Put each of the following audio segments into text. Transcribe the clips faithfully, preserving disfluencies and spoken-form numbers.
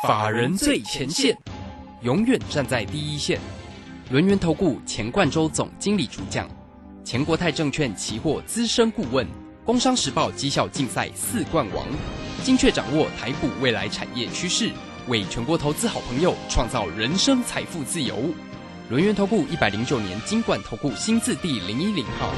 法人最前线，永远站在第一线。轮源投顾钱冠洲总经理主讲，前国泰证券期货资深顾问，工商时报绩效竞赛四冠王，精确掌握台股未来产业趋势，为全国投资好朋友创造人生财富自由。轮源投顾一百零九年金管投顾新字第零一零号。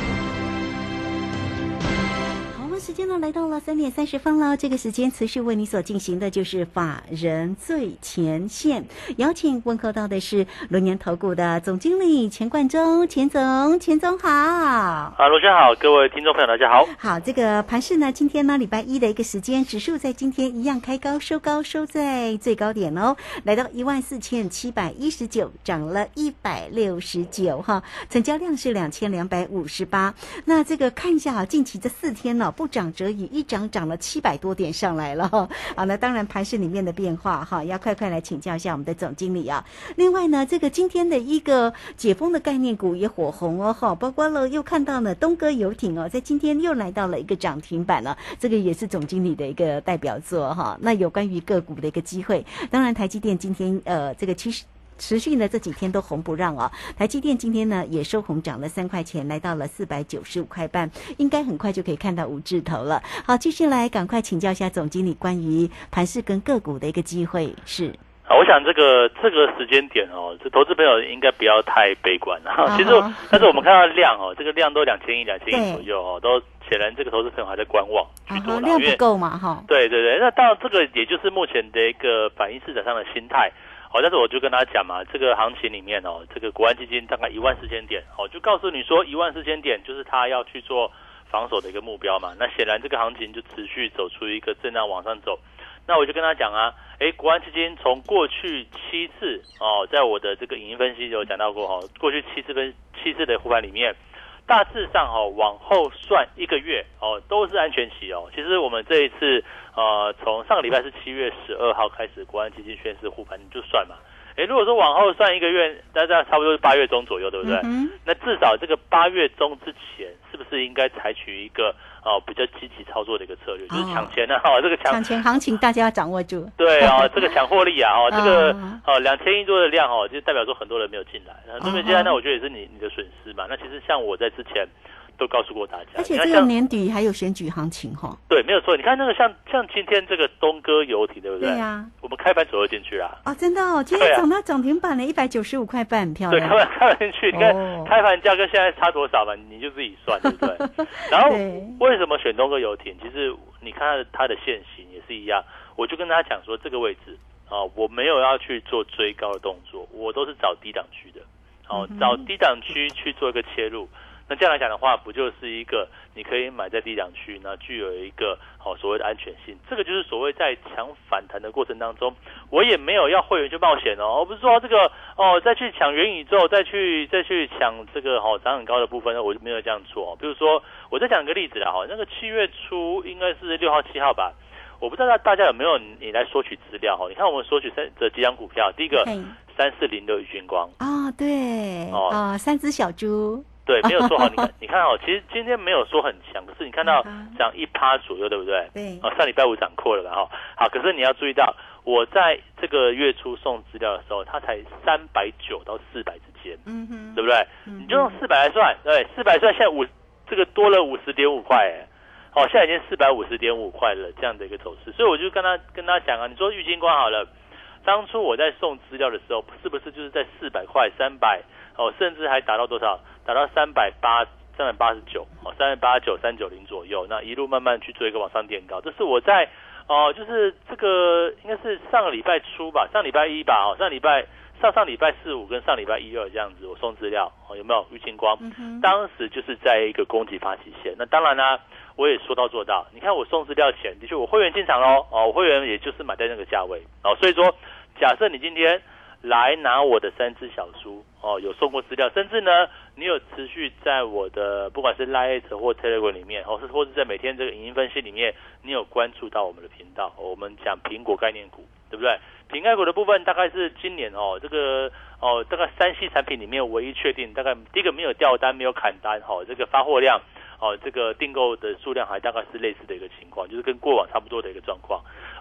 时间呢来到了三点三十分了，这个时间持续为你所进行的就是法人最前线，邀请问候到的是轮源投顾的总经理钱冠中，钱总，钱总好。 啊，罗轩好，各位听众朋友大家好。 好，这个盘势呢，今天呢礼拜一的一个时间，指数在今天一样开高收高，收在最高点哦，来到一万四千七百一十九，涨了一百六十九哈，成交量是两千两百五十八。那这个看一下啊，近期这四天呢、哦、不涨则已，一涨涨了七百多点上来了哈。好，那当然盘市里面的变化哈，要快快来请教一下我们的总经理啊。另外呢，这个今天的一个解封的概念股也火红哦哈，包括了又看到了东哥游艇哦，在今天又来到了一个涨停板了，这个也是总经理的一个代表作哈。那有关于个股的一个机会，当然台积电今天呃这个其实。持续呢这几天都红不让哦，台积电今天呢也收红，涨了三块钱，来到了四百九十五块半，应该很快就可以看到五字头了。好，继续来赶快请教一下总经理关于盘势跟个股的一个机会是。 啊，我想这个这个时间点哦，这投资朋友应该不要太悲观了。Uh-huh. 其实，但是我们看到量哦，这个量都两千亿、两千亿左右哦，都显然这个投资朋友还在观望居多、uh-huh, 量不够嘛哈。对对对，那当然这个也就是目前的一个反映市场上的心态。哦，但是我就跟大家讲嘛，这个行情里面哦，这个国安基金大概一万四千点，哦，就告诉你说一万四千点就是他要去做防守的一个目标嘛。那显然这个行情就持续走出一个震荡往上走。那我就跟他讲啊，哎，国安基金从过去七次哦，在我的这个影音分析有讲到过哦，过去七次分七次的护盘里面，大致上哦往后算一个月哦都是安全期哦。其实我们这一次。呃，从上个礼拜是七月十二号开始，国安基金宣示护盘，你就算嘛。诶，如果说往后算一个月，大概差不多是八月中左右，对不对？嗯、那至少这个八月中之前，是不是应该采取一个哦比较积极操作的一个策略，就是抢钱啊？哦，这个抢抢钱行情大家要掌握住。 对哦，这个抢获利啊，哦，这个哦两千亿多的量哦，就代表说很多人没有进来，很多人进来，那我觉得也是你你的损失嘛。那其实像我在之前。都告诉过大家， 而且这个年底还有选举行情哈。 对，没有错。你看那个像像今天这个东哥游艇，对不对？ 对呀、啊。 我们开盘左右进去啊。 哦，真的哦，今天涨到涨停板了，一百九十五块半，很漂亮。 对，开盘开盘进去，你看、哦、开盘价跟现在差多少嘛？你就自己算，对不对？然后为什么选东哥游艇？其实你看它的线型也是一样，我就跟他讲说，这个位置啊、哦，我没有要去做追高的动作，我都是找低档区的，哦，嗯、找低档区去做一个切入。那这样来讲的话，不就是一个你可以买在低档区，那具有一个好、哦、所谓的安全性。这个就是所谓在抢反弹的过程当中，我也没有要会员去冒险哦，而不是说这个哦再去抢元宇宙，再去再去抢这个好、哦、涨很高的部分，我就没有这样做。比如说，我再讲一个例子啦，哈，那个七月初应该是六号、七号吧，我不知道大家有没有你来索取资料哈？你看我们索取三这几张股票，第一个三四零六宇军光哦，对哦、呃，三只小猪。 对，没有说好。你看，你看哦，其实今天没有说很强，可是你看到涨一趴左右，对不对？ 对。 哦，上礼拜五涨过了吧？哈，好，可是你要注意到，我在这个月初送资料的时候，它才三百九到四百之间，嗯哼，对不对？嗯、你就用四百来算，对，四百算，现在五这个多了五十点五块，哎，哦，现在已经四百五十点五块了，这样的一个走势，所以我就跟他跟他讲啊，你说玉金光好了，当初我在送资料的时候，是不是就是在四百块、三百？哦，甚至还达到多少？达到三百八、三百八十九，哦，三百八十九、三九零左右。那一路慢慢去做一个往上垫高，这是我在哦、呃，就是这个应该是上个礼拜初吧，上礼拜一吧，哦，上礼拜上上礼拜四五跟上礼拜一二这样子，我送资料，哦，有没有？玉清光、嗯，当时就是在一个攻击发起线。那当然啦、啊，我也说到做到。你看我送资料前，的确我会员进场喽，哦，我会员也就是买在那个价位，哦，所以说假设你今天。来拿我的三只小书哦，有送过资料，甚至呢，你有持续在我的不管是 Line 或 Telegram 里面，或是或是在每天这个影音分析里面，你有关注到我们的频道，我们讲苹果概念股，对不对？苹概股的部分大概是今年哦，这个哦，大概三 C 产品里面唯一确定，大概第一个没有掉单，没有砍单，哦，这个发货量。哦，这个订购的数量还大概是类似的一个情况，就是跟过往差不多的一个状况。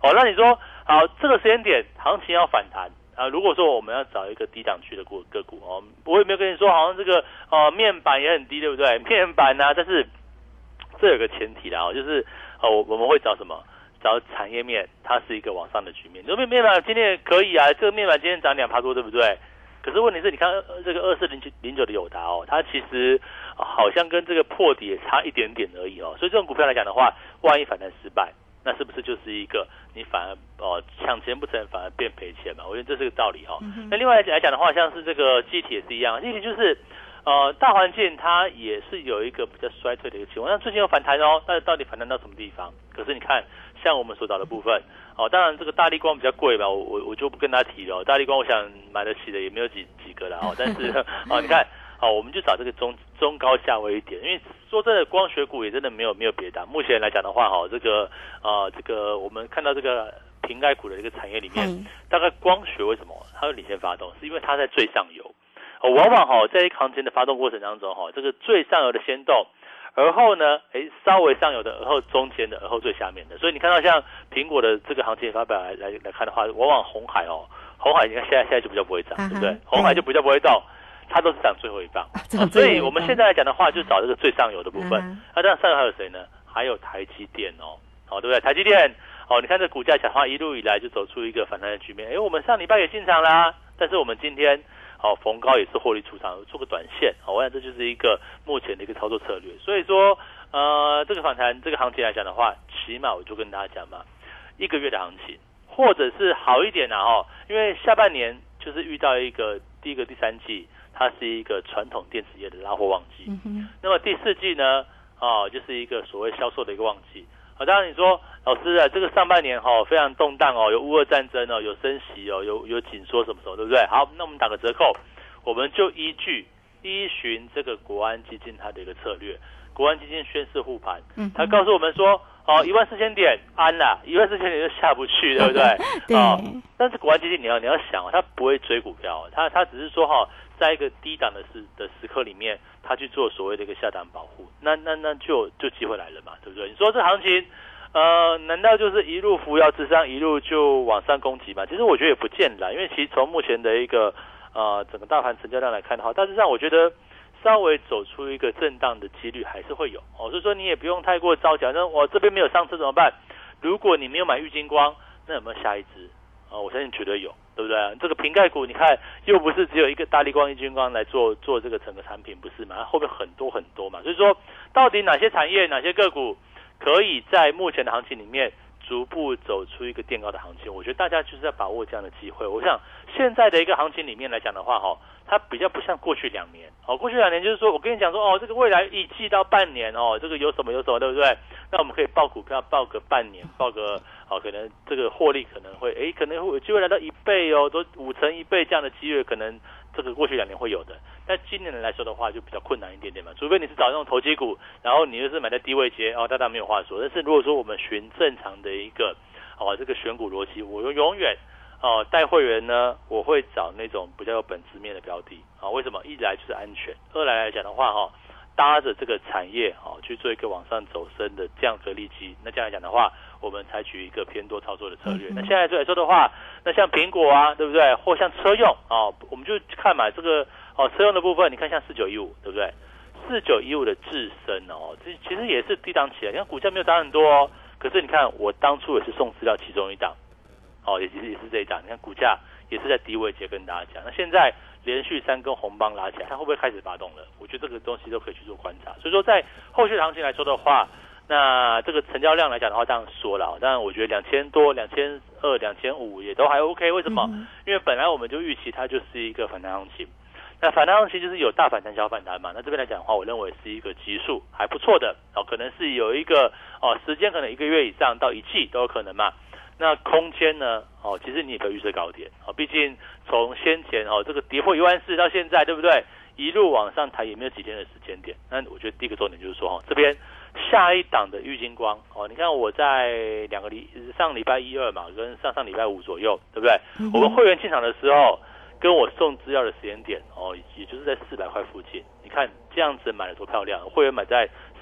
哦，那你说好，这个时间点行情要反弹啊，如果说我们要找一个低档区的个个股哦，我也没有跟你说好像这个哦面板也很低，对不对？面板啊，但是这有个前提啦，哦，就是哦我我们会找什么？找产业面，它是一个往上的局面。你说面面板今天也可以啊，这个面板今天涨两趴多，对不对？可是问题是，你看这个二四零九零九的友达哦，它其实好像跟这个破底也差一点点而已哦。所以这种股票来讲的话，万一反弹失败，那是不是就是一个你反而哦抢钱不成，反而变赔钱嘛？我觉得这是个道理哦。嗯、那另外来讲的话，像是这个记忆体也是一样，记忆体就是呃大环境它也是有一个比较衰退的一个情况。那最近有反弹哦，但是到底反弹到什么地方？可是你看。像我们所找的部分，哦，当然这个大立光比较贵吧，我我我就不跟他提了。大立光我想买得起的也没有几几个了哦，但是哦，你看，哦，我们就找这个中中高价位一点，因为说真的，光学股也真的没有没有别的。目前来讲的话，哈、哦，这个呃这个我们看到这个瓶盖股的一个产业里面，嗯、大概光学为什么它会领先发动，是因为它在最上游，哦，往往哈、哦、在一个行情的发动过程当中，哈、哦，这个最上游的先动。而后呢，哎，稍微上游的，而后中间的，而后最下面的，所以你看到像苹果的这个行情发表来来来看的话，往往鸿海哦，鸿海你看现在现在就比较不会涨， uh-huh, 对不对？鸿海就比较不会动，它都是涨最后一棒，哦、所以我们现在来讲的话，就找这个最上游的部分。Uh-huh. 那这样上游还有谁呢？还有台积电哦，哦，对不对？台积电哦，你看这股价讲话一路以来就走出一个反弹的局面。哎，我们上礼拜也进场啦，但是我们今天。哦，逢高也是获利出场，做个短线。哦，我想这就是一个目前的一个操作策略。所以说，呃，这个反弹这个行情来讲的话，起码我就跟大家讲嘛，一个月的行情，或者是好一点啊，哦，因为下半年就是遇到一个第一个第三季，它是一个传统电子业的拉货旺季。嗯、那么第四季呢，哦，就是一个所谓销售的一个旺季。好、哦，当然你说老师啊，这个上半年哈、哦、非常动荡哦，有乌俄战争哦，有升息哦，有有紧缩什么时候，对不对？好，那我们打个折扣，我们就依据依循这个国安基金它的一个策略，国安基金宣示护盘，嗯，他告诉我们说，哦，一万四千点安啦，一万四千点就下不去，对不对？对。哦，但是国安基金你要你要想，它不会追股票，它它只是说哈、哦，在一个低档的时的时刻里面。他去做所谓的一个下档保护，那那那就就机会来了嘛，对不对？你说这行情，呃，难道就是一路扶摇直上，一路就往上攻击吗？其实我觉得也不见得，因为其实从目前的一个呃整个大盘成交量来看的话，大致上我觉得稍微走出一个震荡的几率还是会有哦，所以说你也不用太过着急。那我这边没有上车怎么办？如果你没有买玉金光，那有没有下一支？哦，我相信绝对有，对不对？这个瓶盖股，你看又不是只有一个大立光、玉金光来做做这个整个产品，不是嘛？它后面很多很多嘛。所以说，到底哪些产业、哪些个股可以在目前的行情里面逐步走出一个垫高的行情？我觉得大家就是在把握这样的机会。我想现在的一个行情里面来讲的话，哈，它比较不像过去两年。哦，过去两年就是说我跟你讲说，哦，这个未来一季到半年，哦，这个有什么有什么，对不对？那我们可以报股票，报个半年，报个。好，可能这个获利可能会，诶，可能会有机会来到一倍哦，都五成一倍这样的机会，可能这个过去两年会有的。但今年来说的话，就比较困难一点点嘛，除非你是找那种投机股，然后你又是买在低位阶，哦，当然没有话说。但是如果说我们循正常的一个，哦，这个选股逻辑，我永远，哦，带会员呢，我会找那种比较有本质面的标的，啊、哦，为什么？一来就是安全，二来来讲的话，哈、哦。搭着这个产业哦去做一个往上走升的这样的利基，那这样来讲的话，我们采取一个偏多操作的策略。那现在来说的话，那像苹果啊，对不对？或像车用哦，我们就看嘛，这个哦车用的部分，你看像四九一五，对不对？四九一五的智深哦，这其实也是低档起来，你看股价没有涨很多哦，可是你看我当初也是送资料其中一档，哦，也其实也是这一档，你看股价也是在低位阶跟大家讲，那现在。连续三根红棒拉起来，它会不会开始发动了？我觉得这个东西都可以去做观察。所以说，在后续的行情来说的话，那这个成交量来讲的话，这样说了，当然我觉得两千多、两千二、两千五也都还 OK。为什么？嗯、因为本来我们就预期它就是一个反弹行情。那反弹行情就是有大反弹、小反弹嘛。那这边来讲的话，我认为是一个级数还不错的哦，可能是有一个哦时间，可能一个月以上到一季都有可能嘛。那空间呢？哦，其实你也可以预测高点哦，毕竟从先前哦这个跌破一万四到现在，对不对？一路往上抬也没有几天的时间点。那我觉得第一个重点就是说，哦，这边下一档的玉金光哦，你看我在两个礼上礼拜一二嘛，跟上上礼拜五左右，对不对？嗯、我们会员进场的时候，跟我送资料的时间点哦，也就是在四百块附近。你看这样子买的多漂亮，会员买在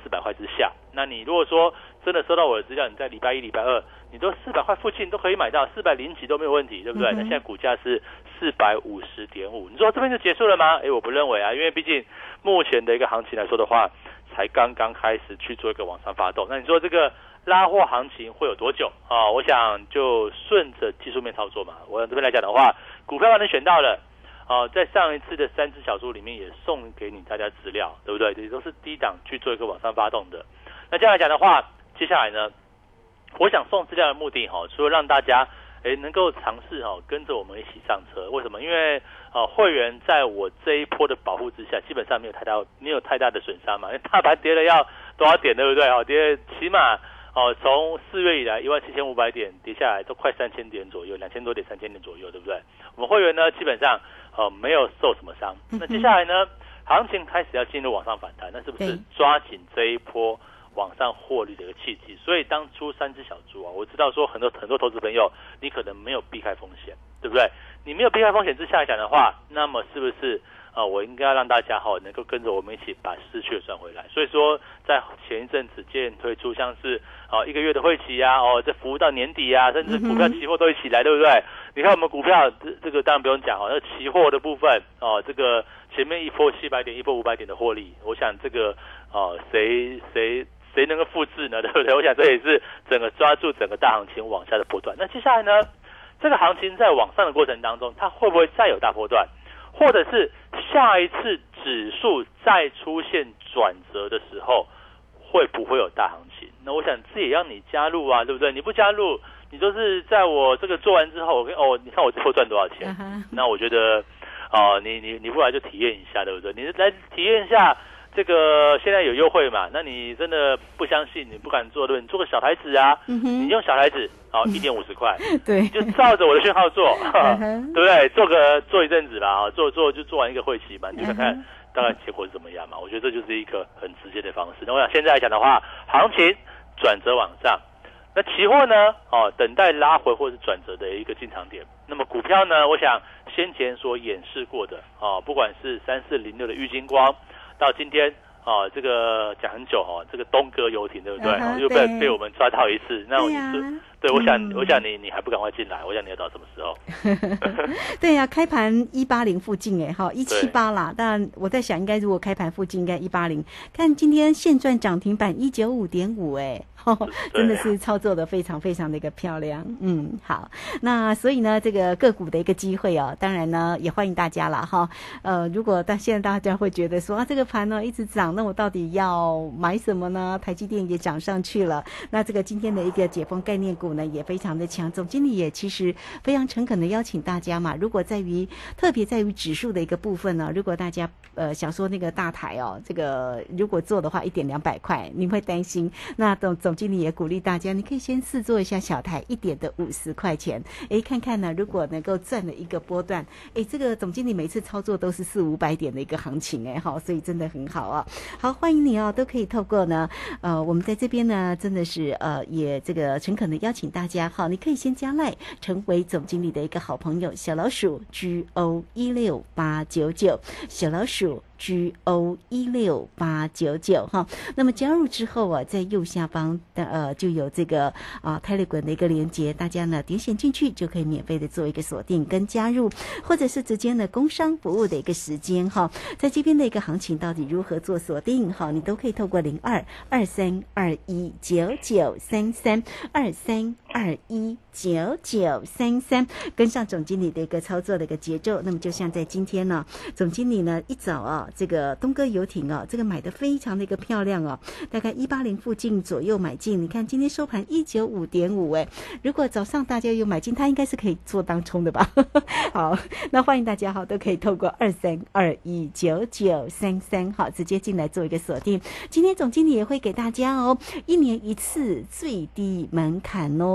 四百块之下。那你如果说真的收到我的资料，你在礼拜一、礼拜二，你都四百块附近都可以买到，四百零几都没有问题，对不对？嗯、那现在股价是四百五十点五，你说这边就结束了吗？哎，我不认为啊，因为毕竟目前的一个行情来说的话，才刚刚开始去做一个往上发动。那你说这个拉货行情会有多久啊？我想就顺着技术面操作嘛。我这边来讲的话，股票能选到了。哦，在上一次的三只小猪里面也送给你大家资料，对不对？这都是低档去做一个往上发动的。那这样来讲的话，接下来呢，我想送资料的目的哈，除了让大家诶能够尝试哈跟着我们一起上车。为什么？因为呃会员在我这一波的保护之下，基本上没有太大没有太大的损伤嘛。因为大盘跌了要多少点，对不对？哦，跌起码哦从四月以来一万七千五百点跌下来都快三千点左右，两千多点、三千点左右，对不对？我们会员呢基本上。呃，没有受什么伤。那接下来呢，行情开始要进入往上反弹，那是不是抓紧这一波往上获利的一个契机？所以当初三只小猪啊，我知道说很多很多投资朋友，你可能没有避开风险，对不对？你没有避开风险之下来讲的话，那么是不是呃，我应该要让大家哈能够跟着我们一起把失去的赚回来？所以说，在前一阵子接连推出像是呃一个月的会期啊，哦，这服务到年底啊，甚至股票期货都一起来，对不对？你看我们股票这这个当然不用讲哦，那期货的部分哦，这个前面一波七百点，一波五百点的获利，我想这个哦谁谁谁能够复制呢？对不对？我想这也是整个抓住整个大行情往下的波段。那接下来呢，这个行情在往上的过程当中，它会不会再有大波段，或者是下一次指数再出现转折的时候，会不会有大行情？那我想这也要你加入啊，对不对？你不加入。你就是在我这个做完之后，我跟哦，你看我这波赚多少钱？ Uh-huh. 那我觉得，哦，你你你不来就体验一下，对不对？你来体验一下这个现在有优惠嘛？那你真的不相信，你不敢做，对不对？你做个小台子啊， uh-huh. 你用小台子，哦，一点五十块，对，你就照着我的讯号做， uh-huh. 对不对？做个做一阵子啦，做做就做完一个会期嘛，你就看看大概结果是怎么样嘛？我觉得这就是一个很直接的方式。那我想现在来讲的话，行情转折往上。那期货呢？哦，等待拉回或是转折的一个进场点。那么股票呢？我想先前所演示过的哦，不管是三四零六的玉晶光，到今天哦，这个讲很久哦，这个东哥游艇对不对？uh-huh, 又被被我们抓到一次，那我就、啊、对，我想、嗯、我想你你还不赶快进来？我想你要到什么时候？ 对呀、啊，开盘一八零附近哎，哈一七八啦。当然我在想，应该如果开盘附近应该一八零。看今天现赚涨停板一九五点五哎。哦、真的是操作的非常非常的一个漂亮，嗯，好，那所以呢，这个个股的一个机会哦，当然呢也欢迎大家啦哈，呃，如果但现在大家会觉得说啊，这个盘呢一直涨，那我到底要买什么呢？台积电也涨上去了，那这个今天的一个解封概念股呢也非常的强，总经理也其实非常诚恳的邀请大家嘛，如果在于特别在于指数的一个部分呢，如果大家呃想说那个大台哦，这个如果做的话一点两百块，你会担心，那总总经理也鼓励大家，你可以先试做一下小台一点的五十块钱，哎，看看呢，如果能够赚了一个波段，哎，这个总经理每次操作都是四五百点的一个行情，哎，好，所以真的很好啊。好，欢迎你哦，都可以透过呢，呃，我们在这边呢，真的是呃，也这个诚恳的邀请大家，好，你可以先加赖，成为总经理的一个好朋友，小老鼠 G O 一六八九九，小老鼠。G O 一六八九九哈，那么加入之后啊，在右下方的呃就有这个啊 Telegram 的一个连接，大家呢点选进去就可以免费的做一个锁定跟加入，或者是直接呢工商服务的一个时间哈，在这边的一个行情到底如何做锁定哈，你都可以透过零二二三二一九九三三二三二一九九三三跟上总经理的一个操作的一个节奏。那么就像在今天呢，总经理呢一早啊。这个东哥游艇哦，这个买的非常的一个漂亮哦，大概一八零附近左右买进。你看今天收盘一九五点五哎，如果早上大家有买进，它应该是可以做当冲的吧？好，那欢迎大家好，都可以透过二三二一九九三三好直接进来做一个锁定。今天总经理也会给大家哦，一年一次最低门槛哦。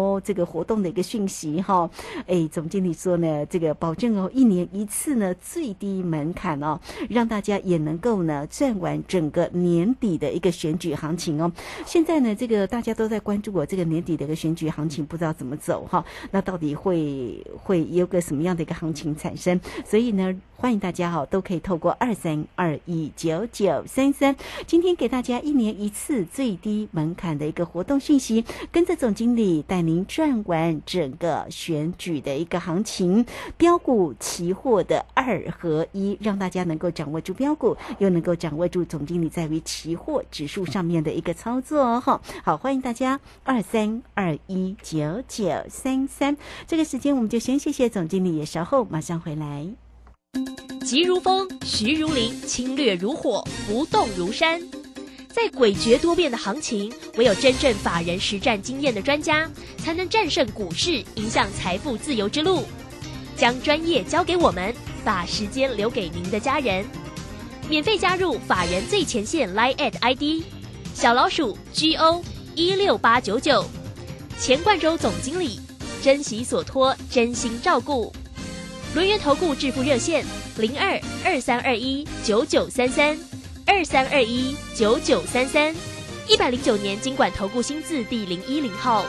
哦，这个活动的一个讯息哈。哎，总经理说呢，这个保证哦，一年一次呢，最低门槛哦，让大家也能够呢赚完整个年底的一个选举行情哦。现在呢，这个大家都在关注我这个年底的一个选举行情，不知道怎么走哈。那到底会会有个什么样的一个行情产生？所以呢，欢迎大家哈，都可以透过二三二一九九三三，今天给大家一年一次最低门槛的一个活动讯息，跟着总经理带您赚完整个选举的一个行情，标股期货的二合一，让大家能够掌握住标股，又能够掌握住总经理在于期货指数上面的一个操作哦。好，欢迎大家二三二一九九三三，这个时间我们就先谢谢总经理，也稍后马上回来。 急如风，徐如林，侵略如火，不动如山。在诡谲多变的行情，唯有真正法人实战经验的专家，才能战胜股市，迎向财富自由之路。将专业交给我们，把时间留给您的家人。免费加入法人最前线 Line at I D 小老鼠 G O 一六八九九，钱冠洲总经理，珍惜所托，真心照顾。轮源投顾致富热线零二二三二一九九三三二三二一九九三三，一百零九年金管投顾新字第零一零号。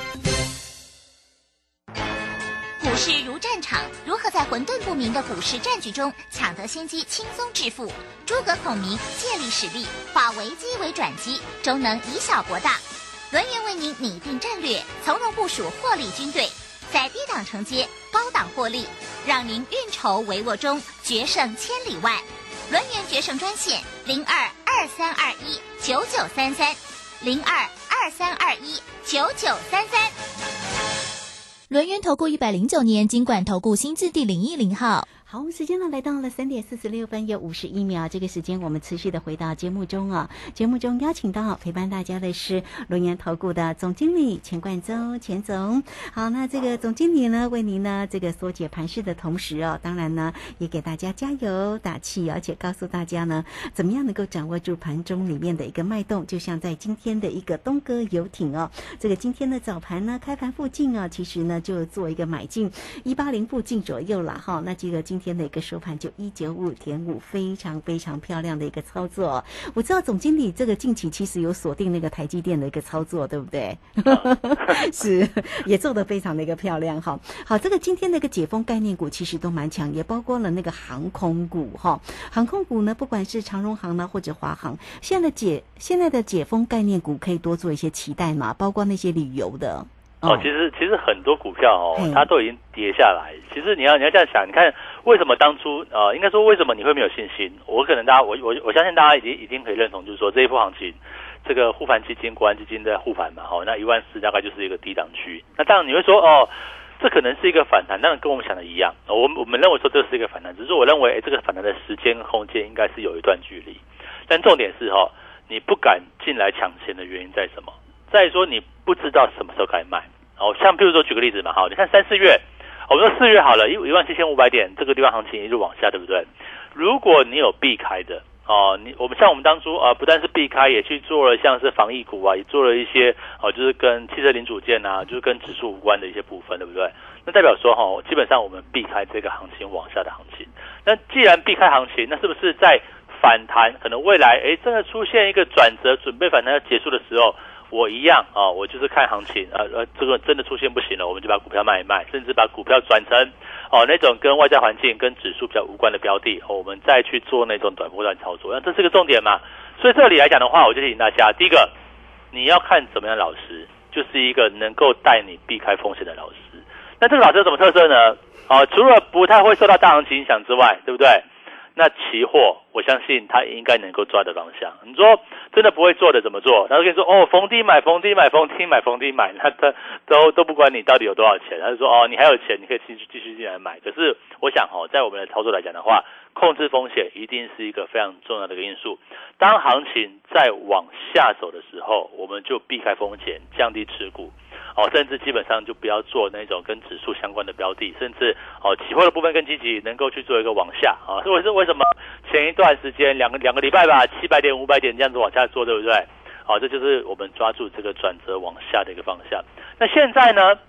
股市如战场，如何在混沌不明的股市战局中抢得先机，轻松致富？诸葛孔明借力使力，化危机为转机，终能以小博大。轮源为您拟定战略，从容部署获利军队，在低档承接，高档获利，让您运筹帷幄中决胜千里外。轮源决胜专线零二二三二一九九三三零二二三二一九九三三。 轮源投顾一百零九年金管投顾新字第零一零号。 好，时间呢来到了三点四十六分又五十一秒，这个时间我们持续的回到节目中啊。节目中邀请到陪伴大家的是轮源投顾的总经理钱冠洲钱总。好，那这个总经理呢为您呢这个缩解盘势的同时哦，当然呢也给大家加油打气，而且告诉大家呢怎么样能够掌握住盘中里面的一个脉动。就像在今天的一个东哥游艇哦，这个今天的早盘呢开盘附近啊，其实呢就做一个买进一八零附近左右了哈。那这个今天的一个收盘就一九五点五，非常非常漂亮的一个操作。我知道总经理这个近期其实有锁定那个台积电的一个操作，对不对？是，也做得非常的一个漂亮哈。好，这个今天的一个解封概念股其实都蛮强，也包括了那个航空股哈。航空股呢，不管是长荣航呢或者华航，现在的解现在的解封概念股可以多做一些期待嘛，包括那些旅游的。 哦，其实其实很多股票哦，它都已经跌下来。其实你要你要这样想，你看为什么当初呃，应该说为什么你会没有信心？我可能大家我我我相信大家已经已经可以认同，就是说这一波行情，这个护盘基金、国安基金在护盘嘛，哦，那一万四大概就是一个低档区。那当然你会说哦，这可能是一个反弹，当然跟我们想的一样。我们我们认为说这是一个反弹，只是我认为哎，这个反弹的时间空间应该是有一段距离。但重点是哈、哦，你不敢进来抢钱的原因在什么？在于说你不知道什么时候该卖。哦，像譬如说举个例子嘛，好，你看三四月，我们说四月好了，一一万七千五百点，这个地方行情一路往下，对不对？如果你有避开的哦，你我们像我们当初啊、呃，不但是避开，也去做了像是防疫股啊，也做了一些哦，就是跟汽车零组件啊，就是跟指数无关的一些部分，对不对？那代表说哈、哦，基本上我们避开这个行情往下的行情。那既然避开行情，那是不是在反弹可能未来哎真的出现一个转折，准备反弹要结束的时候？我一样啊、哦，我就是看行情，呃呃，这个真的出现不行了，我们就把股票卖一卖，甚至把股票转成哦那种跟外在环境、跟指数比较无关的标的，哦，我们再去做那种短波段操作，那这是个重点嘛。所以这里来讲的话，我就提醒大家，第一个，你要看怎么样的老师，就是一个能够带你避开风险的老师。那这个老师有什么特色呢？哦，除了不太会受到大行情影响之外，对不对？那期货，我相信他应该能够抓的方向。你说真的不会做的怎么做？他就跟你说哦，逢低买，逢低买，逢低买，逢低买，那他都都不管你到底有多少钱，他就说哦，你还有钱，你可以继续继续进来买。可是我想哦，在我们的操作来讲的话，控制风险一定是一个非常重要的一个因素。当行情在往下走的时候，我们就避开风险，降低持股。哦，甚至基本上就不要做那种跟指数相关的标的，甚至哦期货的部分更积极，能够去做一个往下啊。所以是为什么前一段时间两个两个礼拜吧，七百点、五百点这样子往下做，对不对？好、哦，这就是我们抓住这个转折往下的一个方向。那现在呢？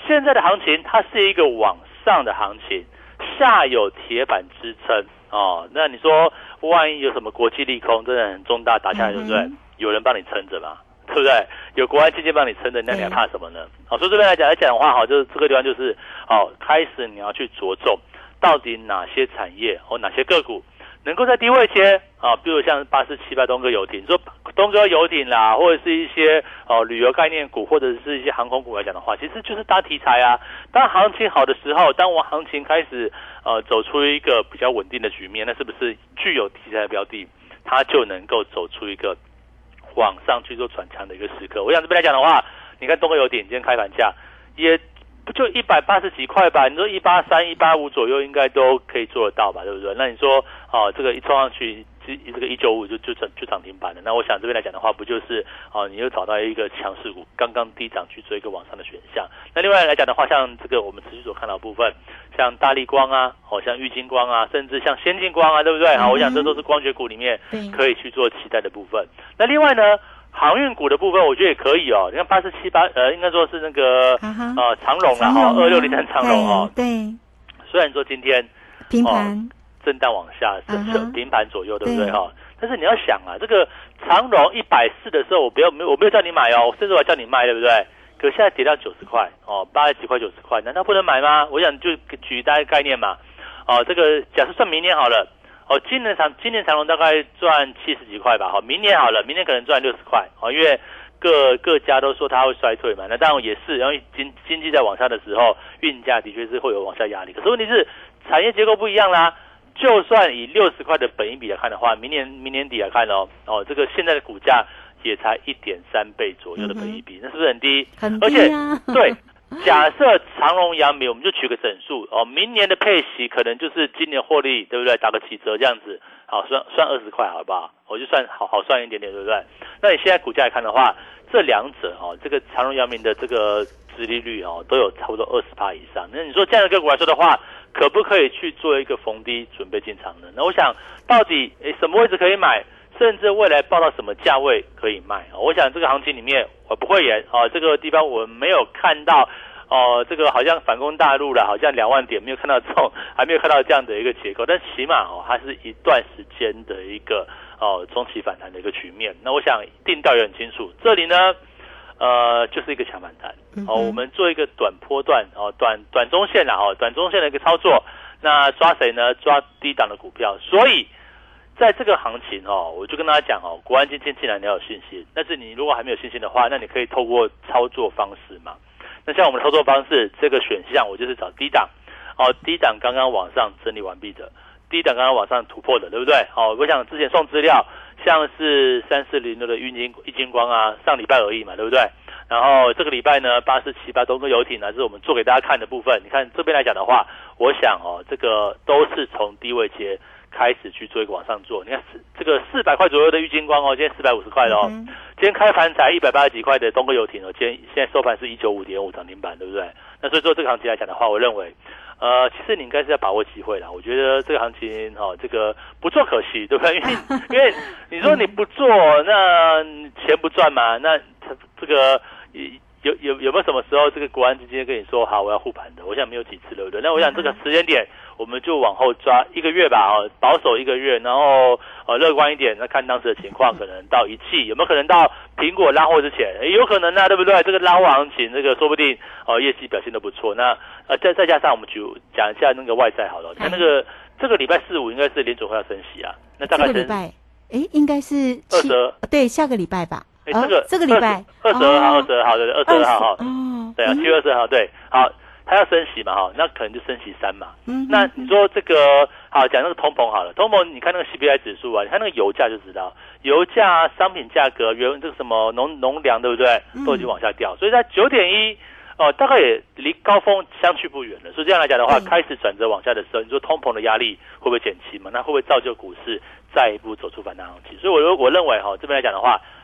现在的行情它是一个往上的行情，下有铁板支撑哦。那你说万一有什么国际利空，真的很重大打下来，对不对？嗯、有人帮你撑着嘛，对不对？有国安基金帮你撑着，那你还怕什么呢？好、哦，所以这边来讲来讲的话，好，就是这个地方就是哦，开始你要去着重到底哪些产业或、哦、哪些个股能够在低位接啊，比如像八四七八东哥游艇，说东哥游艇啦，或者是一些哦旅游概念股，或者是一些航空股来讲的话，其实就是搭题材啊。当行情好的时候，当我行情开始呃走出一个比较稳定的局面，那是不是具有题材的标的，它就能够走出一个往上去做转强的一个时刻？我想这边来讲的话，你看东哥游艇今天开盘价也不就一百八十几块吧？你说一八三、一八五左右应该都可以做得到吧？对不对？那你说哦，这个一冲上去，这个一九五就就就涨停板了。那我想这边来讲的话，不就是哦，你又找到一个强势股，刚刚低涨去做一个往上的选项。那另外来讲的话，像这个我们持续所看到的部分，像大立光啊，哦，像玉晶光啊，甚至像先进光啊，对不对？好、嗯，我想这都是光学股里面可以去做期待的部分。那另外呢？航运股的部分，我觉得也可以哦。你看八四七八，呃，应该说是那个、uh-huh, 呃长荣啦哈，二六零三长荣哦。 对。 虽然说今天平盘、哦、 震荡往下，是平盘左右，对不对哈？但是你要想啊，这个长荣一百四的时候，我不要没我没有叫你买哦，甚至我叫你卖，对不对？可现在跌到九十块哦，八十几块九十块，难道不能买吗？我想就举大家概念嘛。哦，这个假设算明年好了。哦，今年长今年长荣大概赚七十几块吧，好，明年好了，明年可能赚六十块，哦，因为各各家都说它会衰退嘛，那当然也是，然后经经济在往下的时候，运价的确是会有往下压力，可是问题是产业结构不一样啦，就算以六十块的本益比来看的话，明年明年底来看哦，哦，这个现在的股价也才一点三倍左右的本益比，嗯、那是不是很低？ 很低啊， 而且对。假设长荣、阳明，我们就取个整数哦，明年的配息可能就是今年获利，对不对？打个七折这样子，好算算二十块，好不好？我就算好好算一点点，对不对？那你现在股价来看的话，这两者哦，这个长荣、阳明的这个殖利率哦，都有差不多二十趴以上。那你说这样的个股来说的话，可不可以去做一个逢低准备进场呢？那我想，到底诶什么位置可以买？甚至未来报到什么价位可以卖？我想这个行情里面我不会演哦，这个地方我没有看到哦，这个好像反攻大陆了，好像两万点没有看到这种，还没有看到这样的一个结构，但起码哦，它是一段时间的一个哦中期反弹的一个局面。那我想定调也很清楚，这里呢，呃，就是一个强反弹哦，我们做一个短波段哦，短短中线啦哦，短中线的一个操作。那抓谁呢？抓低档的股票，所以。在这个行情哦，我就跟大家讲哦，国安基金既然你要有信心，但是你如果还没有信心的话，那你可以透过操作方式嘛。那像我们的操作方式，这个选项我就是找低档哦，低档刚刚往上整理完毕的，低档刚刚往上突破的，对不对？哦，我想之前送资料，像是三四零六的玉晶玉晶光啊，上礼拜而已嘛，对不对？然后这个礼拜呢，八四七八东哥游艇呢，是我们做给大家看的部分。你看这边来讲的话，我想哦，这个都是从低位接。开始去做一个往上做，你看这个四百块左右的玉晶光哦，今天四百五十块哦、嗯，今天开盘才一百八十几块的东哥游艇哦，今天现在收盘是一九五点五涨停板，对不对？那所以说这个行情来讲的话，我认为，呃，其实你应该是要把握机会啦。我觉得这个行情哦，这个不做可惜，对不对？因为因为你说你不做，那钱不赚嘛，那这个有有有没有什么时候这个国安基金跟你说好我要护盘的？我想没有几次，对不对？那我想这个时间点。我们就往后抓一个月吧，哦，保守一个月，然后呃乐观一点，那看当时的情况，可能到一季有没有可能到苹果拉货之前，也有可能啊，对不对？这个拉货行情，这个说不定哦、呃、业绩表现都不错。那呃再再加上我们就讲一下那个外债好了，看那个这个礼拜四五应该是联准会要升息啊，那大概这个礼拜哎应该是二十二， 对，下个礼拜吧。 哎、这个、 哦、这个礼拜二十二号，二十二号对，二十二号哈， 哦， 对啊，七月二十二号对，好。它要升息嘛，哈，那可能就升息三嘛。 嗯， 那你说这个好讲那个通膨好了，通膨你看那个 C P I 指数啊，你看那个油价就知道，油价、商品价格、原这个什么农农粮，对不对？都已经往下掉，所以在九点一哦，大概也离高峰相去不远了。所以这样来讲的话，开始转折往下的时候，你说通膨的压力会不会减轻嘛？那会不会造就股市再一步走出反弹行情？所以我我认为哈，这边来讲的话，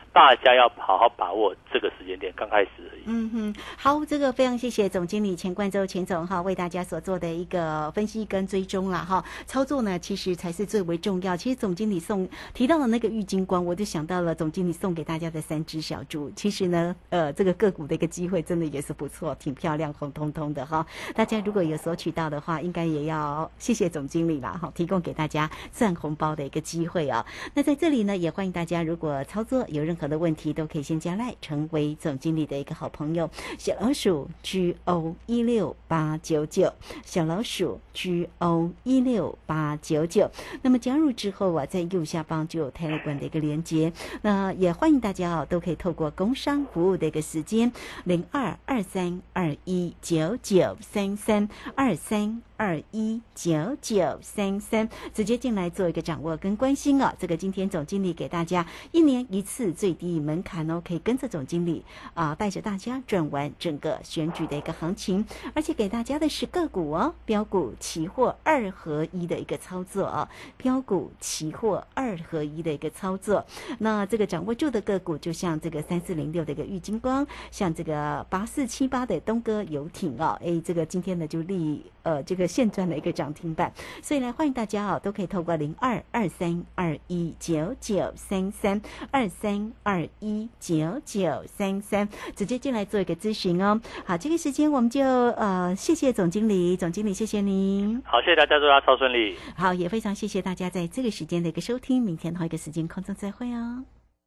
大家要好好把握这个时间点，刚开始而已。 嗯哼，好，这个非常谢谢总经理钱冠洲钱总哈为大家所做的一个分析跟追踪啦哈。操作呢其实才是最为重要。其实总经理送提到了那个玉金光，我就想到了总经理送给大家的三只小猪。其实呢，呃，这个个股的一个机会真的也是不错，挺漂亮，红彤彤的哈。大家如果有索取到的话，应该也要谢谢总经理啦哈，提供给大家赚红包的一个机会啊。那在这里呢，也欢迎大家如果操作有任何的问题，都可以先加赖成为总经理的一个好朋友，小老鼠 G O 一六八九九，小老鼠 G O 一六八九九。那么加入之后啊，在右下方就有 Telegram 的一个连接。那也欢迎大家啊，都可以透过工商服务的一个时间零二二三二一九九三三二三二一九九三三，直接进来做一个掌握跟关心哦。这个今天总经理给大家一年一次最低门槛哦，可以跟着总经理啊、呃，带着大家转完整个选举的一个行情，而且给大家的是个股哦，标股期货二合一的一个操作哦，标股期货二合一的一个操作。那这个掌握住的个股，就像这个三四零六的一个玉金光，像这个八四七八的东哥游艇哦，哎，这个今天呢就立呃这个现赚的一个涨停板，所以呢欢迎大家哦，都可以透过零二二三二一九九三三二三二一九九三三直接进来做一个咨询哦。好，这个时间我们就呃谢谢总经理，总经理谢谢您。 好，谢谢大家，祝大家超顺利。 好，也非常谢谢大家在这个时间的一个收听，明天同一个时间空中再会哦。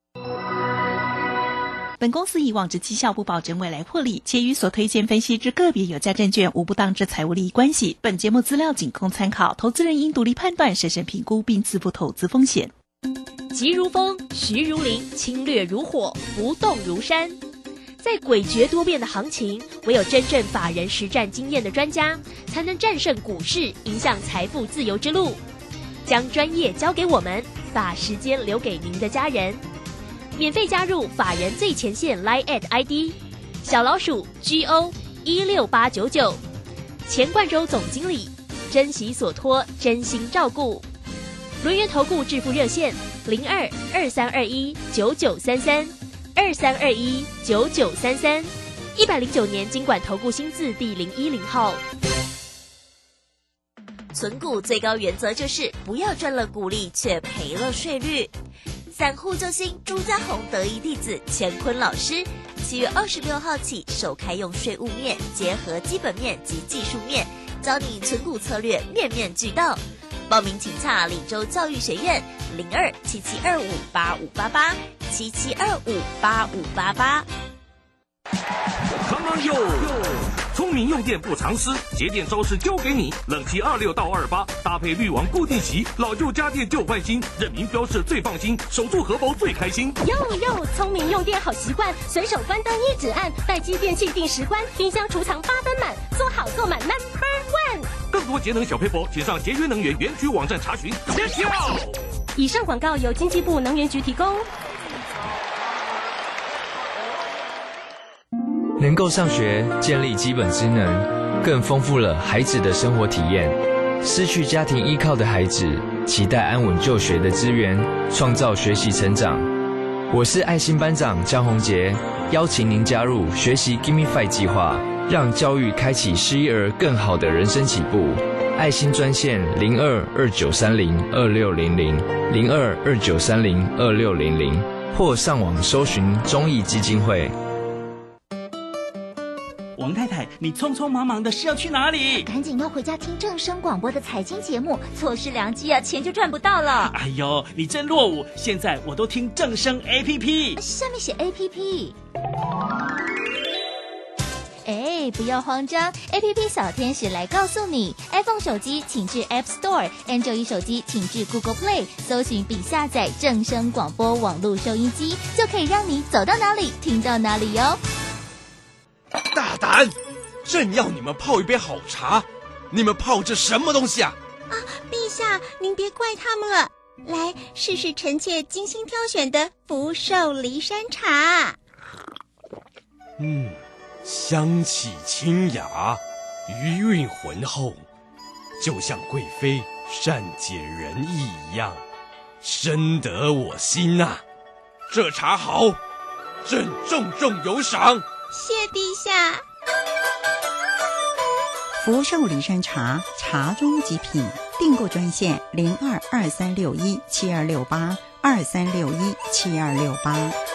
本公司以往之绩效不保证未来获利，且与所推荐分析之个别有价证券无不当之财务利益关系。本节目资料仅供参考，投资人应独立判断、审慎评估并自负投资风险。 急如风，徐如林，侵略如火，不动如山。在诡谲多变的行情，唯有真正法人实战经验的专家，才能战胜股市，迎向财富自由之路。将专业交给我们，把时间留给您的家人。免费加入法人最前线 Line at I D 小老鼠 G O 一六八九九，钱冠洲总经理，珍惜所托，真心照顾。轮源投顾致富热线零二二三二一九九三三二三二一九九三三，一百零九年金管投顾新字第零一零号。 存股最高原则就是不要赚了股利却赔了税率。散户救星朱家红得意弟子乾坤老师，七月二十六号起首开用税务面结合基本面及技术面，教你存股策略面面俱到。报名请洽李州教育学院零二七七二五八五八八七七二五八五八八。 Come on yo，聪明用电不藏私，节电招式教给你。冷气二六到二八，搭配滤网固定器，老旧家电就换新，认明标示最放心，守住荷包最开心。 哟哟，聪明用电好习惯，随手关灯一指按，待机电器定时关，冰箱储藏八分满，做好做满 number one。 更多节能小撇步，请上节约能源园区网站查询。揭晓！ 以上广告由经济部能源局提供。 能够上学，建立基本职能，更丰富了孩子的生活体验。失去家庭依靠的孩子，期待安稳就学的资源，创造学习成长。我是爱心班长江宏杰，邀请您加入学习 Give Me Five 计划，让教育开启失依儿更好的人生起步。爱心专线零二二九三零二六零零零二二九三零二六零零，或上网搜寻忠义基金会。 王太太，你匆匆忙忙的是要去哪里？ 赶紧要回家听正声广播的财经节目，错失良机啊，钱就赚不到了。 哎呦，你真落伍！现在我都听正声 A P P， 下面写 A P P。 哎，不要慌张 ，A P P 小天使来告诉你 ，iPhone 手机请至 App Store，Android 手机请至 Google Play， 搜寻并下载正声广播网络收音机，就可以让你走到哪里听到哪里哟。 大胆！朕要你们泡一杯好茶，你们泡这什么东西啊？ 啊，陛下，您别怪他们了。来，试试臣妾精心挑选的福寿梨山茶。 嗯，香气清雅，余韵浑厚，就像贵妃善解人意一样，深得我心啊。 这茶好，朕重重有赏。 谢陛下。 福寿梨山茶，茶中极品。订购专线零二二三六一七二六八二三六一七二六八。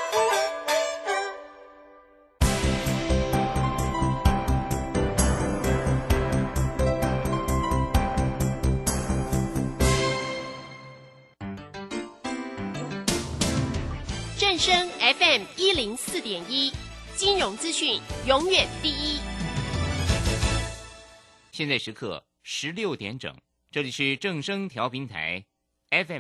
正声 F M 一零四点一，金融资讯永远第一。 现在时刻十六点整，这里是正声调频台 F M。